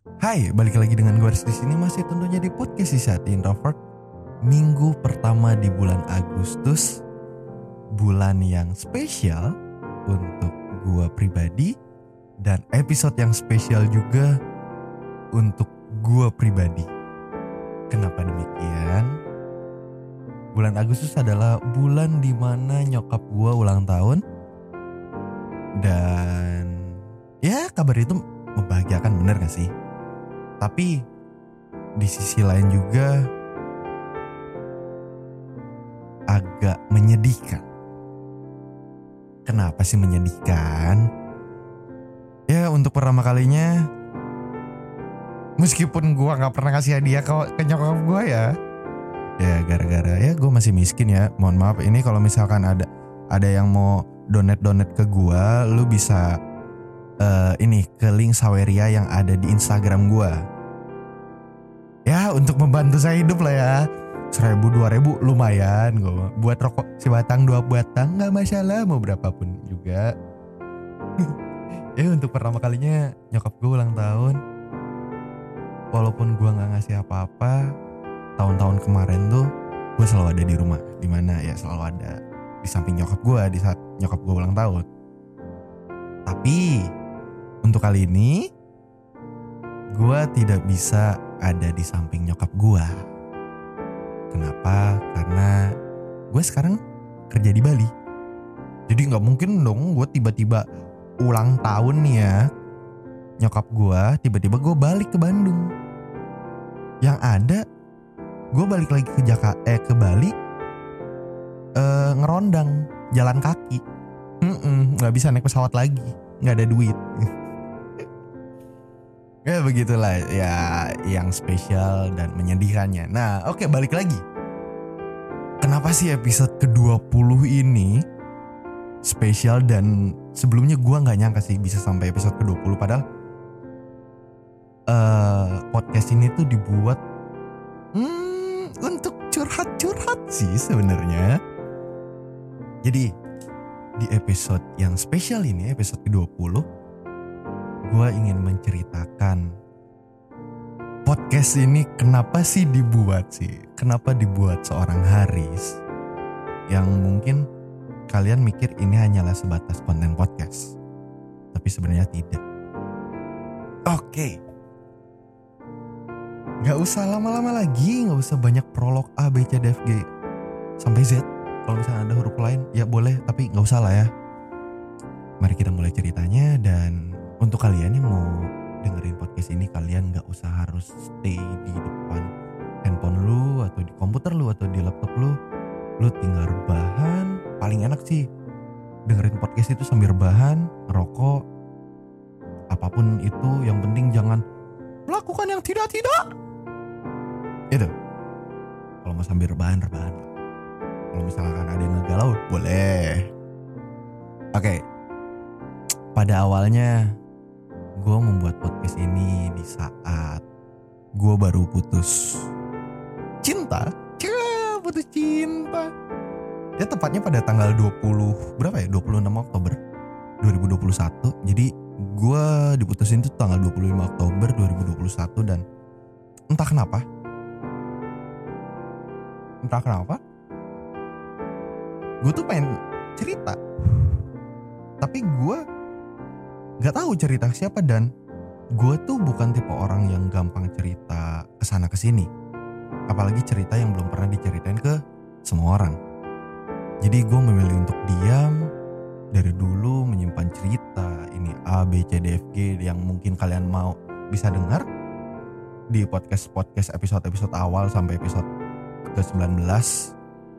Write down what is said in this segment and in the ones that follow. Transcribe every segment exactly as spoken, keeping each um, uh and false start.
Hai, balik lagi dengan gue di sini masih tentunya di podcast si Hati Introvert. Minggu pertama di bulan Agustus, bulan yang spesial untuk gue pribadi dan episode yang spesial juga untuk gue pribadi. Kenapa demikian? Bulan Agustus adalah bulan dimana nyokap gue ulang tahun. Dan ya kabar itu membahagiakan, bener gak sih? Tapi di sisi lain juga agak menyedihkan. Kenapa sih menyedihkan? Ya untuk pertama kalinya, meskipun gue gak pernah kasih hadiah ke, ke nyokap gue ya. Ya gara-gara ya gue masih miskin ya. Mohon maaf, ini kalau misalkan ada ada yang mau donate-donate ke gue, lu bisa uh, ini ke link Saweria yang ada di Instagram gue. Ya untuk membantu saya hidup lah ya. Seribu dua ribu lumayan gue. Buat rokok si batang dua batang gak masalah, mau berapapun juga. Ya untuk pertama kalinya nyokap gue ulang tahun. Walaupun gue gak ngasih apa-apa, tahun-tahun kemarin tuh gue selalu ada di rumah. Dimana ya selalu ada di samping nyokap gue di saat nyokap gue ulang tahun. Tapi untuk kali ini gue tidak bisa ada di samping nyokap gue. Kenapa? Karena gue sekarang kerja di Bali. Jadi gak mungkin dong gue tiba-tiba ulang tahun nih ya nyokap gue, tiba-tiba gue balik ke Bandung. Yang ada gue balik lagi ke Jakarta, eh ke Bali, eh, ngerondang jalan kaki. Mm-mm, gak bisa naik pesawat lagi, gak ada duit. Ya begitulah ya yang spesial dan menyedihkannya. Nah oke, balik lagi. Kenapa sih episode ke dua puluh ini spesial? Dan sebelumnya gue gak nyangka sih bisa sampai episode ke dua puluh. Padahal uh, podcast ini tuh dibuat hmm, untuk curhat-curhat sih sebenarnya. Jadi di episode yang spesial ini, episode ke dua puluh, gue ingin menceritakan podcast ini kenapa sih dibuat sih? Kenapa dibuat seorang Haris? Yang mungkin kalian mikir ini hanyalah sebatas konten podcast, tapi sebenarnya tidak. Oke, gak usah lama-lama lagi, gak usah banyak prolog A, B, C, D, F, G sampai Z. Kalau misalnya ada huruf lain ya boleh, tapi gak usah lah ya. Mari kita mulai ceritanya. Dan untuk kalian yang mau dengerin podcast ini, kalian gak usah harus stay di depan handphone lu atau di komputer lu atau di laptop lu. Lu tinggal rebahan. Paling enak sih dengerin podcast itu sambil rebahan, ngerokok, apapun itu. Yang penting jangan melakukan yang tidak-tidak. Itu kalau mau sambil rebahan, rebahan. Kalau misalkan ada yang ngegalau, boleh. Oke, pada awalnya gue membuat podcast ini di saat gue baru putus cinta. Cih, putus cinta. Ya tepatnya pada tanggal dua puluh berapa ya? dua puluh enam Oktober dua ribu dua puluh satu. Jadi gue diputusin tuh tanggal dua puluh lima Oktober dua ribu dua puluh satu. Dan entah kenapa Entah kenapa gue tuh pengen cerita, tapi gue gak tahu cerita ke siapa. Dan gue tuh bukan tipe orang yang gampang cerita kesana kesini, apalagi cerita yang belum pernah diceritain ke semua orang. Jadi gue memilih untuk diam dari dulu, menyimpan cerita ini A, B, C, D, F, G yang mungkin kalian mau bisa dengar di podcast-podcast episode-episode awal sampai episode ke sembilan belas.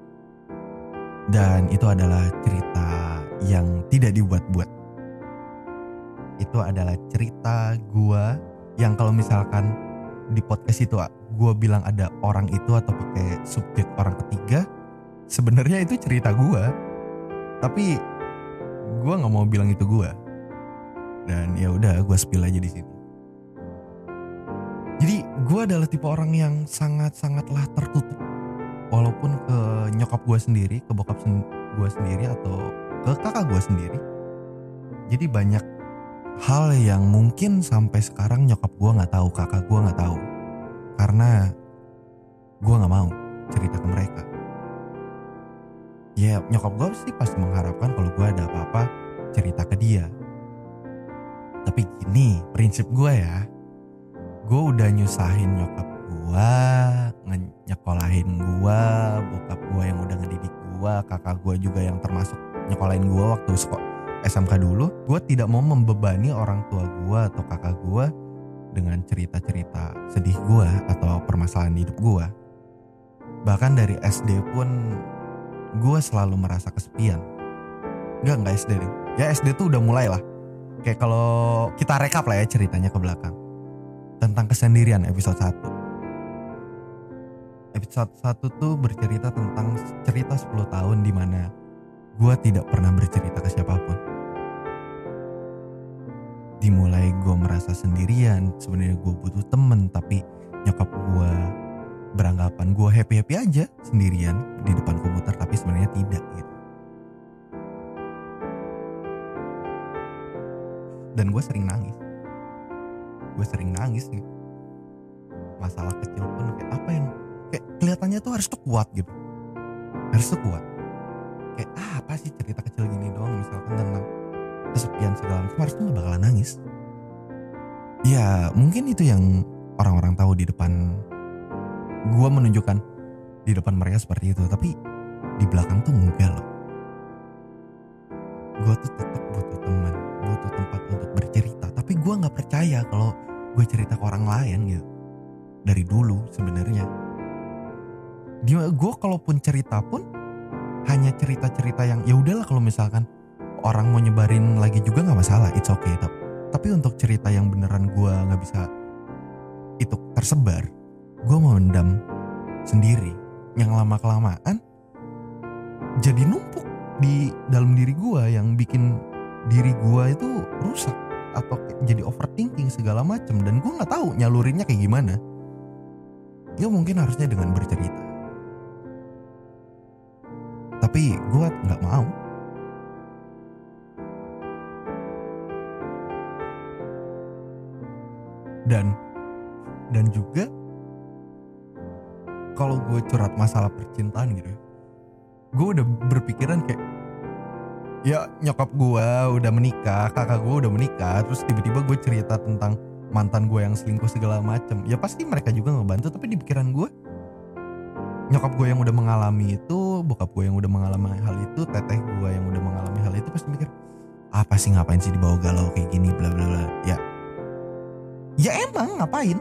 Dan itu adalah cerita yang tidak dibuat-buat. Itu adalah cerita gue yang kalau misalkan di podcast itu gue bilang ada orang itu atau pakai subjek orang ketiga, sebenarnya itu cerita gue, tapi gue nggak mau bilang itu gue. Dan ya udah, gue spill aja di sini. Jadi gue adalah tipe orang yang sangat-sangatlah tertutup. Walaupun ke nyokap gue sendiri, ke bokap sen- gue sendiri atau ke kakak gue sendiri. Jadi banyak hal yang mungkin sampai sekarang nyokap gue nggak tahu, kakak gue nggak tahu, karena gue nggak mau cerita ke mereka. Ya nyokap gue sih pasti mengharapkan kalau gue ada apa-apa cerita ke dia. Tapi gini prinsip gue ya, gue udah nyusahin nyokap gue, nyekolahin gue, bokap gue yang udah ngedidik gue, kakak gue juga yang termasuk nyekolahin gue waktu sekolah S M K dulu. Gue tidak mau membebani orang tua gue atau kakak gue dengan cerita-cerita sedih gue atau permasalahan hidup gue. Bahkan dari S D pun gue selalu merasa kesepian. Enggak, enggak S D deh. Ya S D tuh udah mulai lah. Kayak kalau kita rekap lah ya ceritanya ke belakang. Tentang kesendirian episode satu. Episode satu tuh bercerita tentang cerita sepuluh tahun di mana gue tidak pernah bercerita ke siapapun. Dimulai gue merasa sendirian, sebenarnya gue butuh temen, tapi nyokap gue beranggapan gue happy-happy aja sendirian di depan komputer, tapi sebenarnya tidak gitu. Dan gue sering nangis. Gue sering nangis gitu. Masalah kecil pun kayak apa yang kayak kelihatannya tuh harus tuh kuat gitu. Harus tuh kuat. Kayak ah, apa sih cerita kecil gini doang misalkan tentang kesepian segala macam, harus tuh gak bakalan nangis. Ya mungkin itu yang orang-orang tahu di depan gue, menunjukkan di depan mereka seperti itu, tapi di belakang tuh enggak loh. Gue tuh tetap butuh teman, butuh tempat untuk bercerita, tapi gue nggak percaya kalau gue cerita ke orang lain gitu. Dari dulu sebenarnya, dia gue kalaupun cerita pun hanya cerita-cerita yang ya udahlah, kalau misalkan orang mau nyebarin lagi juga nggak masalah, it's okay. Tapi untuk cerita yang beneran gue nggak bisa itu tersebar, gue mau mendam sendiri, yang lama kelamaan jadi numpuk di dalam diri gue, yang bikin diri gue itu rusak atau jadi overthinking segala macem, dan gue nggak tahu nyalurinnya kayak gimana. Ya mungkin harusnya dengan bercerita, tapi gue nggak mau. Dan dan juga kalau gue curhat masalah percintaan gitu ya, gue udah berpikiran kayak ya nyokap gue udah menikah, kakak gue udah menikah, terus tiba-tiba gue cerita tentang mantan gue yang selingkuh segala macem, ya pasti mereka juga ngebantu. Tapi di pikiran gue, nyokap gue yang udah mengalami itu, bokap gue yang udah mengalami hal itu, teteh gue yang udah mengalami hal itu, pasti mikir apa sih, ngapain sih dibawa galau kayak gini, bla bla bla. Ya ya emang ngapain.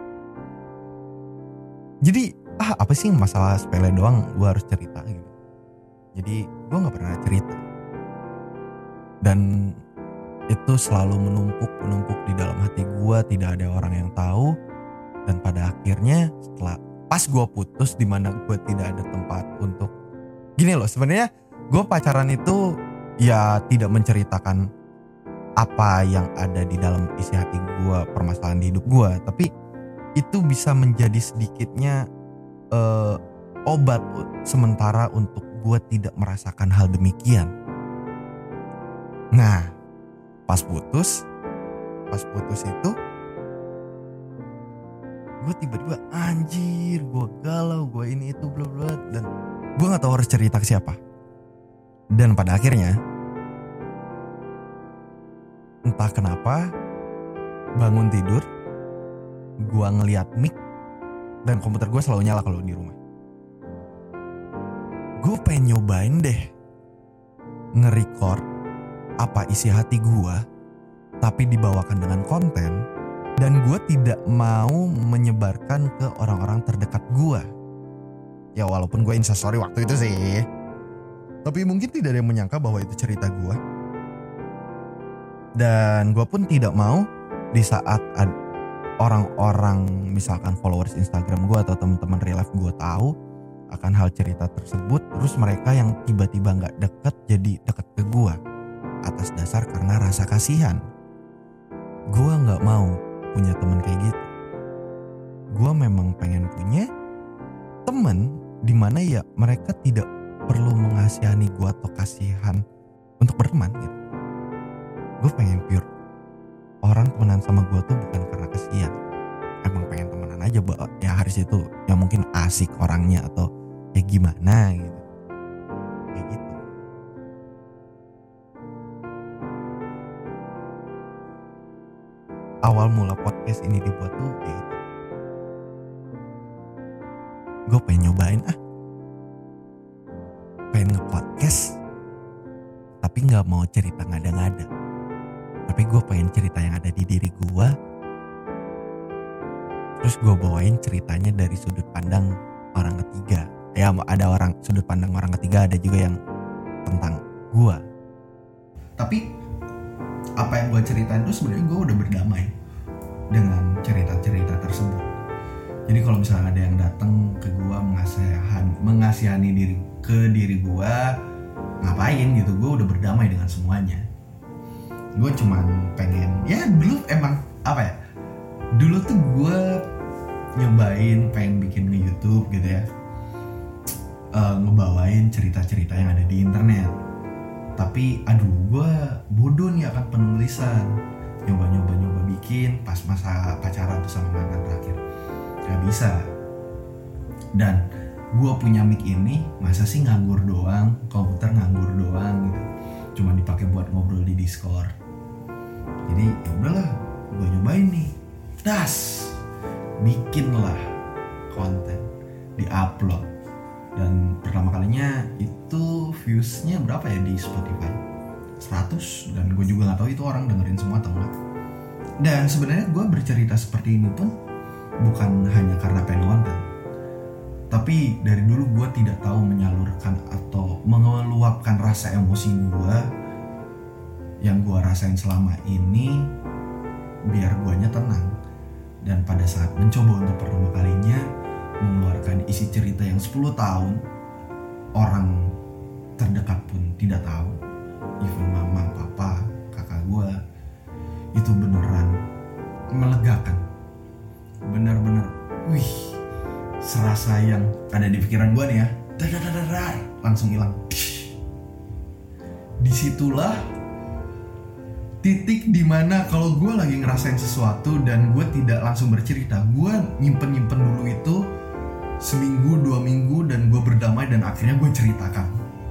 Jadi ah apa sih masalah sepele doang gue harus cerita gitu. Jadi gue gak pernah cerita, dan itu selalu menumpuk menumpuk di dalam hati gue. Tidak ada orang yang tahu. Dan pada akhirnya setelah pas gue putus, dimana gue tidak ada tempat untuk gini loh, sebenarnya gue pacaran itu ya tidak menceritakan apa yang ada di dalam isi hati gue, permasalahan di hidup gue, tapi itu bisa menjadi sedikitnya uh, obat sementara untuk gue tidak merasakan hal demikian. Nah, pas putus, pas putus itu, gue tiba-tiba anjir, gue galau, gue ini itu bla bla, dan gue nggak tahu harus cerita ke siapa. Dan pada akhirnya, entah kenapa, bangun tidur, gue ngeliat mic, dan komputer gue selalu nyala kalau di rumah. Gue pengen nyobain deh nge-record apa isi hati gue, tapi dibawakan dengan konten, dan gue tidak mau menyebarkan ke orang-orang terdekat gue. Ya walaupun gue instastory waktu itu sih, tapi mungkin tidak ada yang menyangka bahwa itu cerita gue. Dan gue pun tidak mau di saat ad- orang-orang misalkan followers Instagram gue atau teman-teman real life gue tahu akan hal cerita tersebut, terus mereka yang tiba-tiba gak deket jadi deket ke gue atas dasar karena rasa kasihan. Gue gak mau punya teman kayak gitu. Gue memang pengen punya teman dimana ya mereka tidak perlu mengasihani gue atau kasihan untuk berteman gitu. Gue pengen pure orang temenan sama gue tuh bukan karena kesian, emang pengen temenan aja, ya Haris itu ya mungkin asik orangnya atau ya gimana gitu, kayak gitu. Awal mula podcast ini dibuat tuh kayak gitu, gue pengen nyobain ah, pengen nge-podcast tapi nggak mau cerita ngada-ngada, tapi gue pengen cerita yang ada di diri gue. Terus gue bawain ceritanya dari sudut pandang orang ketiga. Ya ada orang sudut pandang orang ketiga, ada juga yang tentang gue. Tapi apa yang gue ceritain itu sebenarnya gue udah berdamai dengan cerita-cerita tersebut. Jadi kalau misalnya ada yang datang ke gue mengasihani, mengasihani diri ke diri gue, ngapain gitu, gue udah berdamai dengan semuanya. Gue cuman pengen, ya dulu emang apa ya, dulu tuh gue nyobain pengen bikin nge-YouTube gitu ya, uh, ngebawain cerita-cerita yang ada di internet. Tapi aduh, gue bodoh nih akan penulisan. Nyoba-nyoba-nyoba bikin pas masa pacaran tuh sama mantan terakhir, gak bisa. Dan gue punya mic ini, masa sih nganggur doang, komputer nganggur doang gitu, cuma dipakai buat ngobrol di Discord. Jadi ya udahlah, gue nyobain nih, das, bikinlah konten, diupload. Dan pertama kalinya itu viewsnya berapa ya di Spotify? seratus, dan gue juga gak tahu itu orang dengerin semua atau enggak. Dan sebenarnya gue bercerita seperti ini pun bukan hanya karena pengen konten, tapi dari dulu gue tidak tahu menyalurkan atau mengeluapkan rasa emosi gue yang gue rasain selama ini biar guanya tenang. Dan pada saat mencoba untuk pertama kalinya mengeluarkan isi cerita yang sepuluh tahun orang terdekat pun tidak tahu, even mama, papa, kakak gue, itu beneran melegakan. Bener-bener, wih, serasa yang ada di pikiran gue nih ya, dadadadadar, langsung hilang. Disitulah titik dimana kalau gue lagi ngerasain sesuatu dan gue tidak langsung bercerita, gue nyimpen-nyimpen dulu itu seminggu, dua minggu, dan gue berdamai dan akhirnya gue ceritakan.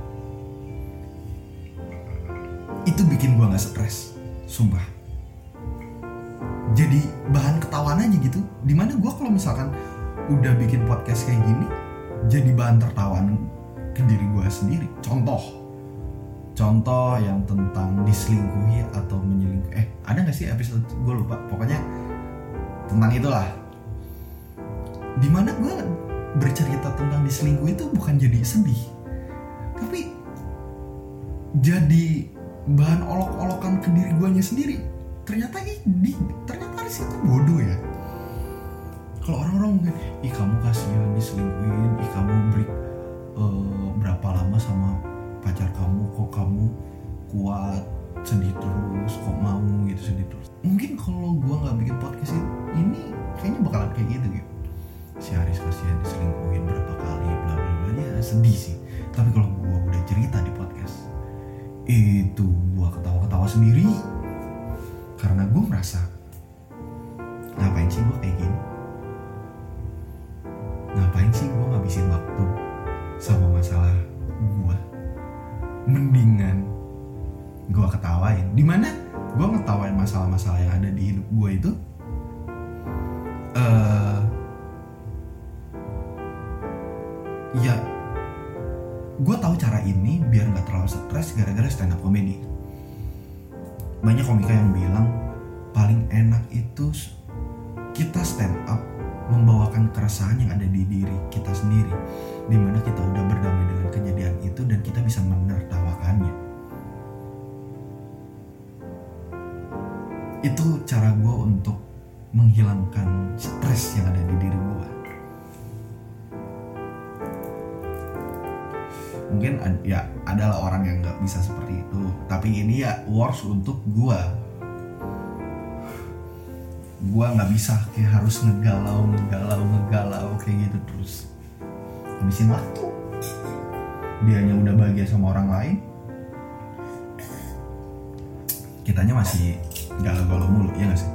Itu bikin gue gak stres, sumpah. Jadi bahan ketawaan aja gitu. Dimana gue kalau misalkan udah bikin podcast kayak gini, jadi bahan tertawaan ke diri gue sendiri. Contoh Contoh yang tentang diselingkuhi atau menyelingkuhi. Eh ada gak sih episode, gue lupa. Pokoknya tentang itulah. Dimana gue bercerita tentang diselingkuhi itu bukan jadi sedih, tapi jadi bahan olok-olokan ke diri guanya sendiri. Ternyata ini, ternyata di situ bodoh ya. Kalau orang-orang mungkin, ih kamu kasihan diselingkuhin, ih kamu break uh, berapa lama sama pacar kamu, kok kamu kuat, sedih terus, kok mau gitu sedih terus. Mungkin kalau gue nggak bikin podcast ini, kayaknya bakalan kayak gitu gitu. Si Haris kasihan diselingkuhin berapa kali, bla bla bla, ya sedih sih. Tapi kalau gue udah cerita di podcast, itu gue ketawa-ketawa sendiri. Karena gue merasa, ngapain sih gue kayak gini? Ngapain sih gue ngabisin waktu sama masalah gue? Mendingan gue ketawain. Dimana gue ngetawain masalah-masalah yang ada di hidup gue itu, uh, ya gue tahu cara ini biar gak terlalu stres gara-gara stand up comedy. Banyak komika yang bilang paling enak itu kita stand up membawakan keresahan yang ada di diri kita sendiri, dimana kita udah berdamai dengan kejadian itu dan kita bisa menertawakannya. Itu cara gue untuk menghilangkan stres yang ada di diri gue. Mungkin ya adalah orang yang gak bisa seperti itu, tapi ini ya works untuk gue. Gue gak bisa kayak harus ngegalau, ngegalau, ngegalau kayak gitu terus. Habisin waktu. Dianya udah bahagia sama orang lain, kitanya masih galau-galau mulu, ya gak sih?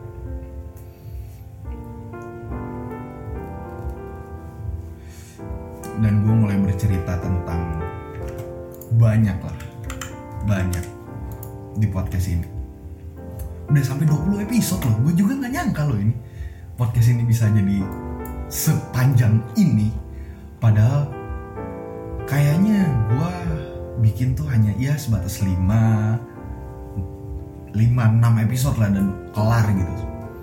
Dan gue mulai bercerita tentang banyak lah, banyak di podcast ini. Udah sampai dua puluh episode loh, gue juga gak nyangka loh ini podcast ini bisa jadi sepanjang ini. Padahal kayaknya gue bikin tuh hanya ya sebatas lima enam episode lah dan kelar gitu.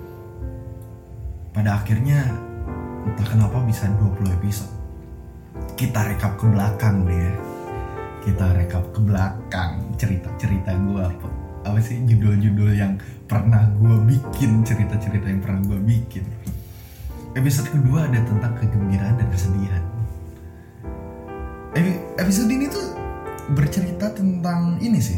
Pada akhirnya entah kenapa bisa dua puluh episode. Kita rekap ke belakang deh ya. Kita rekap ke belakang cerita-cerita gue apa, apa sih judul-judul yang pernah gue bikin, cerita-cerita yang pernah gue bikin. Episode kedua ada tentang kegembiraan dan kesedihan. Episode ini tuh bercerita tentang ini sih,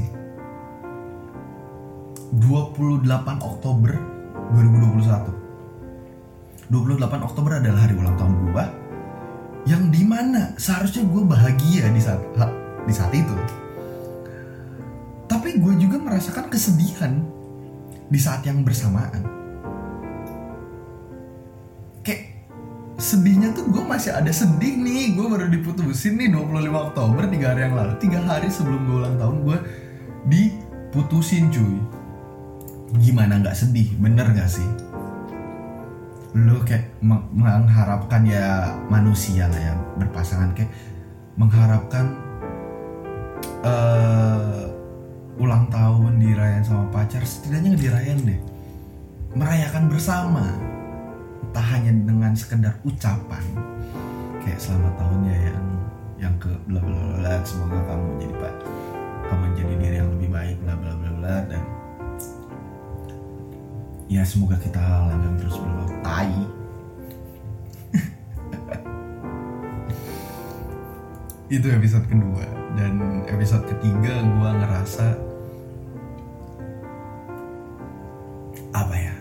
dua puluh delapan Oktober dua ribu dua puluh satu. dua puluh delapan Oktober adalah hari ulang tahun gue, yang dimana seharusnya gue bahagia di saat di saat itu. Tapi gue juga merasakan kesedihan di saat yang bersamaan. Kayak sedihnya tuh gue masih ada sedih nih, gue baru diputusin nih dua puluh lima Oktober, tiga hari yang lalu, tiga hari sebelum gue ulang tahun gue diputusin cuy. Gimana gak sedih, bener gak sih? Lu kayak mengharapkan ya manusia lah ya berpasangan, kayak mengharapkan uh, ulang tahun dirayain sama pacar, setidaknya dirayain deh, merayakan bersama, entah hanya dengan sekedar ucapan kayak selamat tahunnya yang yang ke bla bla bla, semoga kamu jadi pak kamu jadi diri yang lebih baik bla bla bla bla, dan ya semoga kita langgeng terus berlalu tai. Itu episode kedua. Dan episode ketiga gue ngerasa apa ya,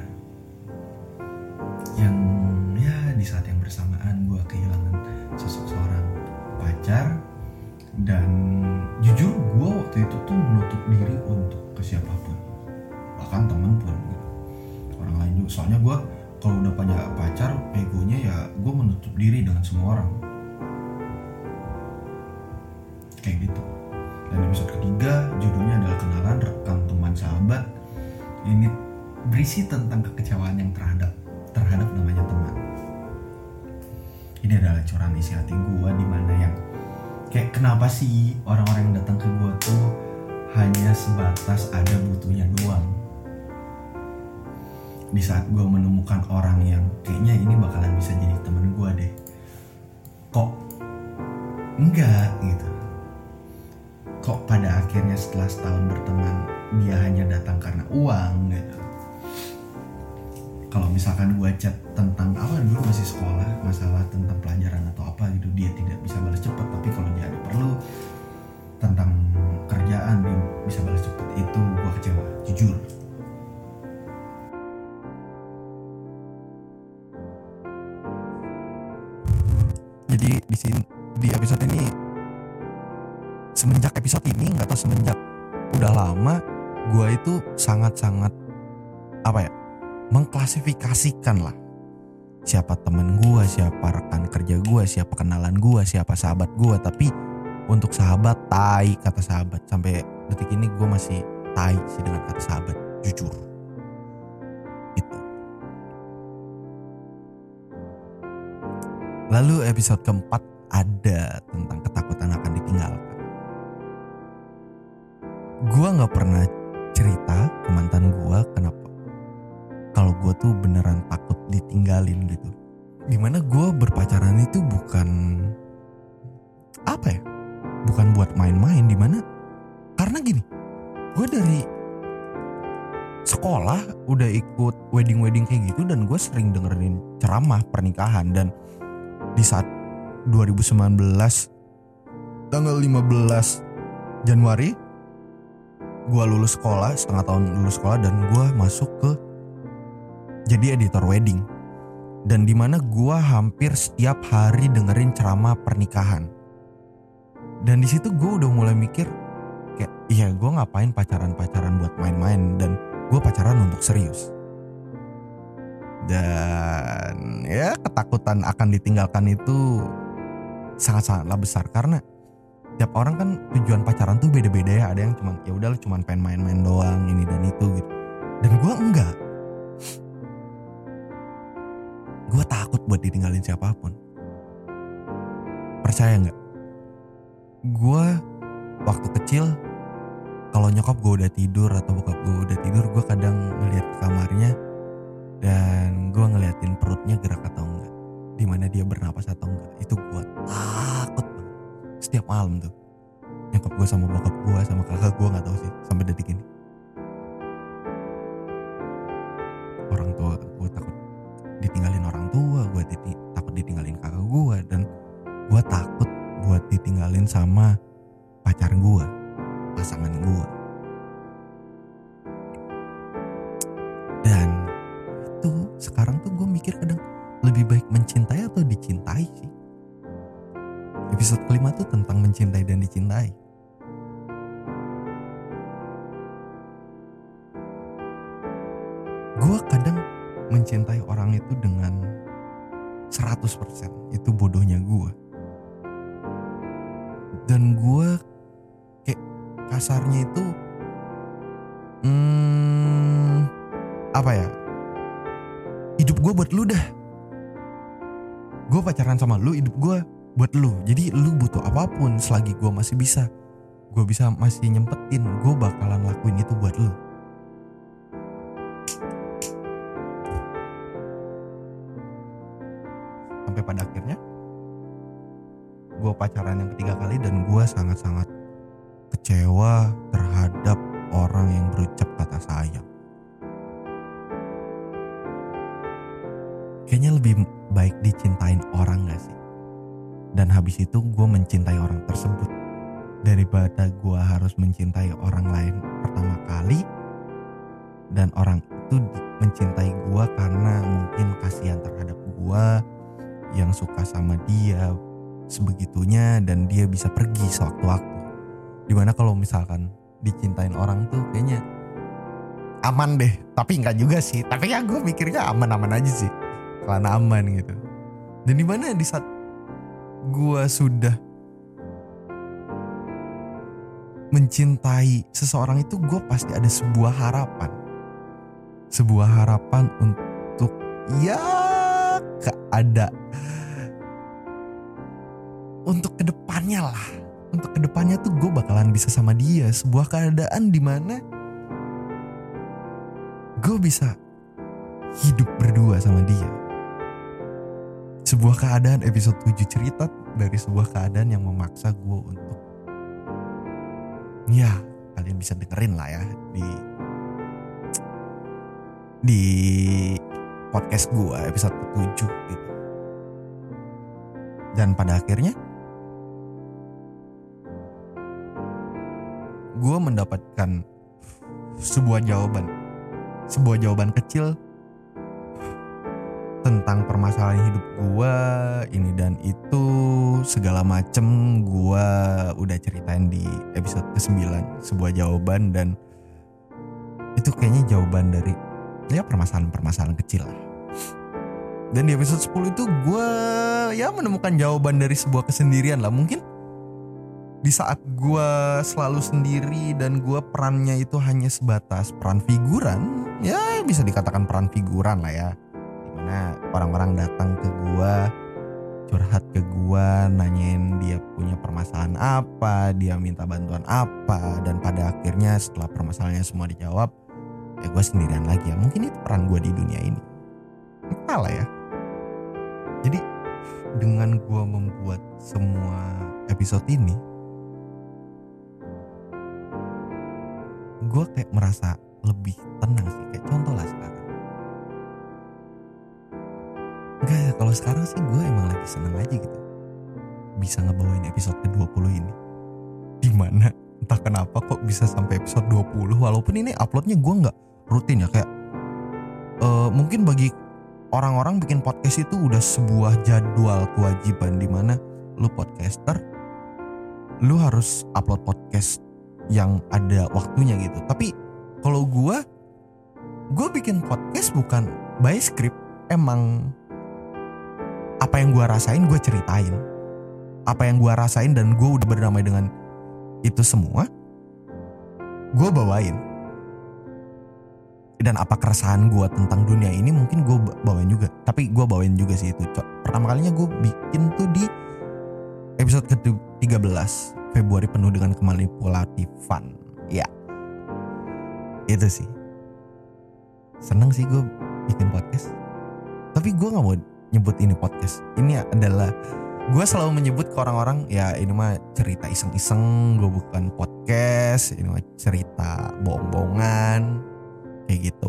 yang ya di saat yang bersamaan gue kehilangan sosok seorang pacar. Dan jujur gue waktu itu tuh menutup diri untuk ke siapapun, bahkan temen pun gitu, orang lain juga. Soalnya gue kalau udah punya pacar, egonya ya gue menutup diri dengan semua orang kayak gitu. Dan episode ketiga judulnya adalah kenalan, rekan, teman, sahabat. Ini berisi tentang kekecewaan yang terhadap terhadap namanya teman. Ini adalah curahan isi hati gue, dimana yang kayak kenapa sih orang-orang yang datang ke gue tuh hanya sebatas ada butuhnya doang. Di saat gue menemukan orang yang kayaknya ini bakalan bisa jadi teman gue deh, kok enggak gitu. Kok pada akhirnya setelah setahun berteman dia hanya datang karena uang gitu. Kalau misalkan gue chat tentang apa dulu masih sekolah, masalah tentang pelajaran atau apa gitu, dia tidak bisa balas cepat. Tapi kalau dia ada perlu tentang kerjaan dia bisa balas cepat. Itu gue kecewa, jujur. Jadi di sini di episode ini, semenjak episode ini nggak tahu semenjak udah lama, gue itu sangat-sangat apa ya, mengklasifikasikan lah siapa temen gue, siapa rekan kerja gue, siapa kenalan gue, siapa sahabat gue. Tapi untuk sahabat, tai kata sahabat. Sampai detik ini gue masih tai sih dengan kata sahabat, jujur. Itu. Lalu episode keempat ada tentang ketakutan akan ditinggalkan. Gue gak pernah cerita ke mantan gue kenapa kalau gue tuh beneran takut ditinggalin gitu. Dimana gue berpacaran itu bukan apa ya, bukan buat main-main. Dimana karena gini, gue dari sekolah udah ikut wedding-wedding kayak gitu, dan gue sering dengerin ceramah pernikahan. Dan di saat dua ribu sembilan belas tanggal lima belas Januari gue lulus sekolah, setengah tahun lulus sekolah, dan gue masuk ke jadi editor wedding. Dan dimana gue hampir setiap hari dengerin ceramah pernikahan. Dan di situ gue udah mulai mikir kayak, iya gue ngapain pacaran-pacaran buat main-main. Dan gue pacaran untuk serius. Dan ya ketakutan akan ditinggalkan itu sangat-sangatlah besar, karena tiap orang kan tujuan pacaran tuh beda-beda ya. Ada yang cuman ya udahlah cuman pengen main-main doang ini dan itu gitu. Dan gue enggak. Gue takut buat ditinggalin siapapun. Percaya nggak? Gue waktu kecil kalau nyokap gue udah tidur atau bokap gue udah tidur, gue kadang ngeliat ke kamarnya dan gue ngeliatin perutnya gerak atau enggak, dimana dia bernapas atau enggak. Itu gue takut banget. Setiap malam tuh nyokap gue sama bokap gue sama kakak gue nggak tahu sih sampai detik ini. Orang tua gue takut ditinggalin orang tua, gue titi- takut ditinggalin kakak gue, dan gue takut buat ditinggalin sama pacar gue, pasangan gue. Dan itu sekarang tuh gue mikir kadang lebih baik mencintai atau dicintai sih. Episode kelima tuh tentang mencintai dan dicintai. Gue kadang mencintai orang itu dengan seratus persen. Itu bodohnya gue. Dan gue kayak kasarnya itu hmm, apa ya, hidup gue buat lu dah. Gue pacaran sama lu, hidup gue buat lu. Jadi lu butuh apapun, selagi gue masih bisa, gue bisa masih nyempetin, gue bakalan lakuin itu buat lu. Sampai pada akhirnya gue pacaran yang ketiga kali dan gue sangat-sangat kecewa terhadap orang yang berucap kata sayang. Kayaknya lebih baik dicintain orang gak sih? Dan habis itu gue mencintai orang tersebut daripada gue harus mencintai orang lain pertama kali, dan orang itu mencintai gue karena mungkin kasihan terhadap gue yang suka sama dia sebegitunya, dan dia bisa pergi sewaktu-waktu. Dimana kalau misalkan dicintain orang tuh kayaknya aman deh, tapi enggak juga sih. Tapi ya gue mikirnya aman-aman aja sih, karena aman gitu. Dan dimana di saat gue sudah mencintai seseorang itu, gue pasti ada sebuah harapan, sebuah harapan untuk ya keada untuk kedepannya lah. Untuk kedepannya tuh gue bakalan bisa sama dia. Sebuah keadaan dimana gue bisa hidup berdua sama dia. Sebuah keadaan episode tujuh cerita dari sebuah keadaan yang memaksa gue untuk, ya kalian bisa dengerin lah ya di di podcast gue episode ketujuh gitu. Dan pada akhirnya gue mendapatkan sebuah jawaban, sebuah jawaban kecil tentang permasalahan hidup gue ini dan itu segala macem. Gue udah ceritain di episode kesembilan sebuah jawaban, dan itu kayaknya jawaban dari ya permasalahan-permasalahan kecil lah. Dan di episode sepuluh itu gue ya menemukan jawaban dari sebuah kesendirian lah. Mungkin di saat gue selalu sendiri dan gue perannya itu hanya sebatas peran figuran, ya bisa dikatakan peran figuran lah ya. Dimana orang-orang datang ke gue, curhat ke gue, nanyain dia punya permasalahan apa, dia minta bantuan apa, dan pada akhirnya setelah permasalahannya semua dijawab, ya gue sendirian lagi ya. Mungkin itu peran gue di dunia ini, entah lah ya. Jadi dengan gue membuat semua episode ini, gue kayak merasa lebih tenang sih. Kayak contoh lah sekarang. Enggak ya, kalau sekarang sih gue emang lagi seneng aja gitu, bisa ngebawain episode ke dua puluh ini. Dimana entah kenapa kok bisa sampai episode dua puluh, walaupun ini uploadnya gue gak rutin ya. Kayak uh, mungkin bagi orang-orang bikin podcast itu udah sebuah jadwal kewajiban, dimana lu podcaster, lu harus upload podcast yang ada waktunya gitu. Tapi kalau gue gue bikin podcast bukan by script. Emang apa yang gue rasain gue ceritain. Apa yang gue rasain dan gue udah berdamai dengan itu semua, gue bawain. Dan apa keresahan gue tentang dunia ini mungkin gue bawain juga. Tapi gue bawain juga sih itu. Pertama kalinya gue bikin tuh di episode ke tiga belas, Februari penuh dengan kemanipulatifan. Ya, itu sih. Seneng sih gue bikin podcast. Tapi gue gak mau nyebut ini podcast. Ini adalah, gue selalu menyebut ke orang-orang, ya ini mah cerita iseng-iseng, gue bukan podcast, ini mah cerita bohong-bohongan, kayak gitu.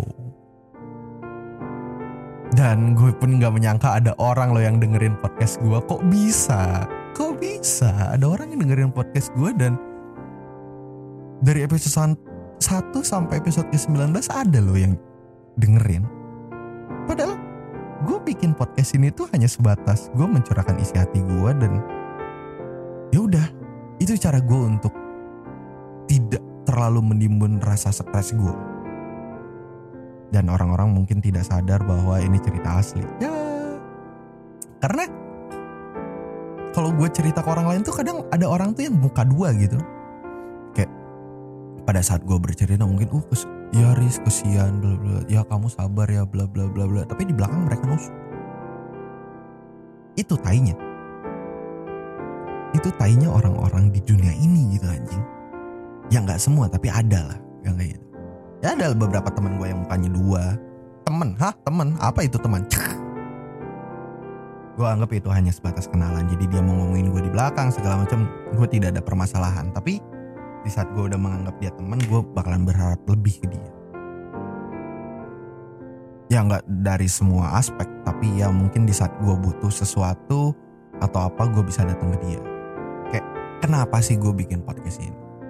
Dan gue pun gak menyangka ada orang loh yang dengerin podcast gue. Kok bisa? Kok bisa? Ada orang yang dengerin podcast gue dan dari episode satu sampai episode ke sembilan belas ada loh yang dengerin. Padahal gue bikin podcast ini tuh hanya sebatas gue mencurahkan isi hati gue dan ya udah, itu cara gue untuk tidak terlalu menimbun rasa stres gue. Dan orang-orang mungkin tidak sadar bahwa ini cerita asli. Ya, karena kalau gue cerita ke orang lain tuh kadang ada orang tuh yang muka dua gitu. Kayak pada saat gue bercerita mungkin, uh kes- ya Riz kesian bla bla, ya kamu sabar ya bla bla bla bla. Tapi di belakang mereka nusuk. Itu tainya. Itu tainya orang-orang di dunia ini gitu anjing. Ya nggak semua tapi ada lah yang kayak gitu. Ya ada beberapa teman gue yang mukanya dua. Temen, hah temen? Apa itu teman? Gue anggap itu hanya sebatas kenalan. Jadi dia mau ngomongin gue di belakang segala macam, gue tidak ada permasalahan. Tapi di saat gue udah menganggap dia teman, gue bakalan berharap lebih ke dia. Ya nggak dari semua aspek, tapi ya mungkin di saat gue butuh sesuatu atau apa, gue bisa datang ke dia. Kayak kenapa sih gue bikin podcast ini?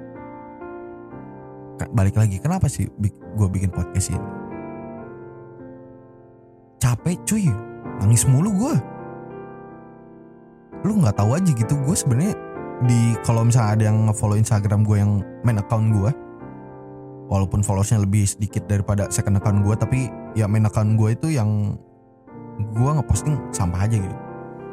Balik lagi, kenapa sih gue bikin podcast ini? Capek cuy, nangis mulu gue. Lu nggak tahu aja gitu, gue sebenarnya di kalau misalnya ada yang nge-follow Instagram gue yang main account gue, walaupun followersnya lebih sedikit daripada second account gue, tapi ya main account gue itu yang gue ngeposting sampah aja gitu.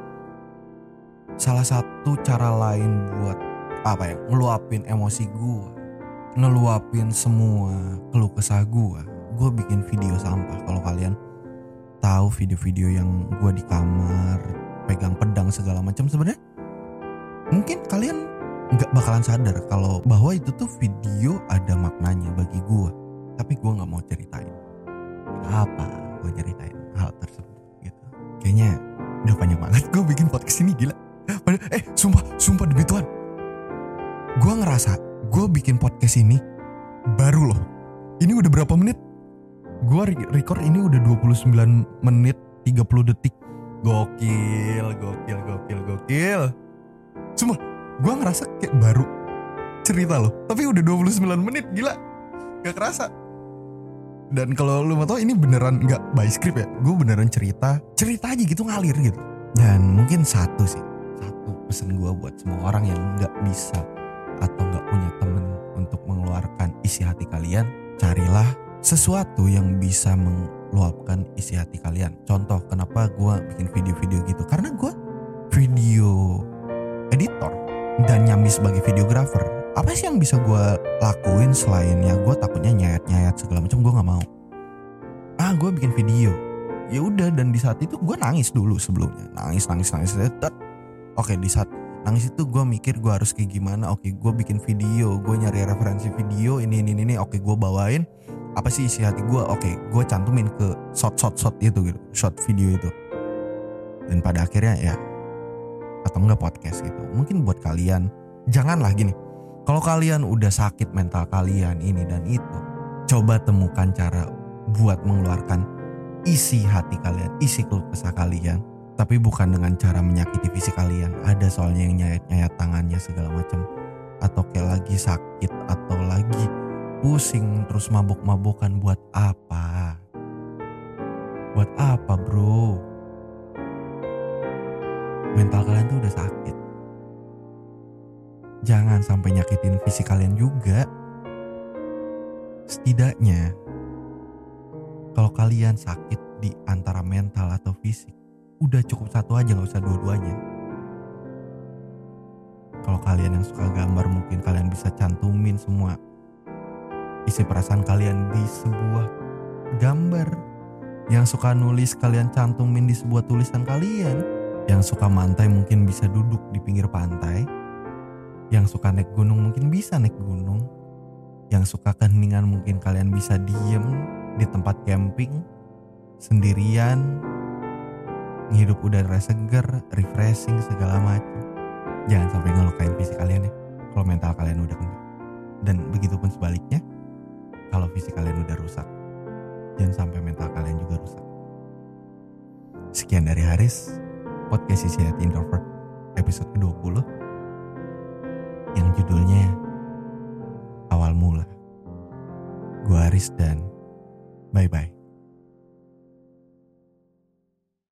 Salah satu cara lain buat apa ya, ngeluapin emosi gue, ngeluapin semua keluh kesah gue, gue bikin video sampah. Kalau kalian tahu video-video yang gue di kamar pegang pedang segala macam, sebenarnya mungkin kalian nggak bakalan sadar kalau bahwa itu tuh video ada maknanya bagi gue. Tapi gue nggak mau ceritain apa gue ceritain hal tersebut gitu. Kayaknya udah panjang banget gue bikin podcast ini, gila. Eh sumpah sumpah demi Tuhan, gue ngerasa gue bikin podcast ini baru loh. Ini udah berapa menit? Gue record ini udah dua puluh sembilan menit tiga puluh detik. Gokil, gokil, gokil, gokil. Sumpah, gue ngerasa kayak baru cerita loh. Tapi udah dua puluh sembilan menit, gila. Gak kerasa. Dan kalau lu mau tau ini beneran gak by script ya. Gue beneran cerita, cerita aja gitu ngalir gitu. Dan mungkin satu sih, satu pesan gue buat semua orang yang gak bisa atau gak punya temen untuk mengeluarkan isi hati kalian, carilah sesuatu yang bisa meluapkan isi hati kalian. Contoh kenapa gue bikin video-video gitu, karena gue video editor dan nyambi sebagai videographer. Apa sih yang bisa gue lakuin selain ya gue takutnya nyayat-nyayat segala macam, gue nggak mau. Ah gue bikin video, ya udah. Dan di saat itu gue nangis dulu sebelumnya, nangis nangis nangis. Oke, di saat nangis itu gue mikir gue harus kayak gimana. Oke, gue bikin video, gue nyari referensi video ini ini ini. Oke, gue bawain apa sih isi hati gue. Oke, gue cantumin ke shot shot shot itu gitu, shot video itu. Dan pada akhirnya ya, atau enggak podcast gitu. Mungkin buat kalian, janganlah gini. Kalau kalian udah sakit mental kalian ini dan itu, coba temukan cara buat mengeluarkan isi hati kalian, isi keluh kesah kalian. Tapi bukan dengan cara menyakiti fisik kalian. Ada soalnya yang nyayat-nyayat tangannya segala macam, atau kayak lagi sakit atau lagi pusing terus mabok-mabokan. Buat apa? Buat apa bro? Mental kalian tuh udah sakit. Jangan sampai nyakitin fisik kalian juga. Setidaknya Kalau kalian sakit di antara mental atau fisik, udah cukup satu aja, gak usah dua-duanya. Kalau kalian yang suka gambar, mungkin kalian bisa cantumin semua isi perasaan kalian di sebuah gambar. Yang suka nulis, kalian cantumin di sebuah tulisan kalian. Yang suka mantai mungkin bisa duduk di pinggir pantai. Yang suka naik gunung mungkin bisa naik gunung. Yang suka keheningan mungkin kalian bisa diem di tempat camping sendirian, ngehidup udara seger, refreshing segala macam. Jangan sampai ngelukain fisik kalian ya, kalau mental kalian udah kena. Dan begitu pun sebaliknya, kalau fisik kalian udah rusak, jangan sampai mental kalian juga rusak. Sekian dari Haris, podcast Sisi Hati Introvert episode ke dua puluh yang judulnya Awal Mula. Gua Haris dan bye-bye.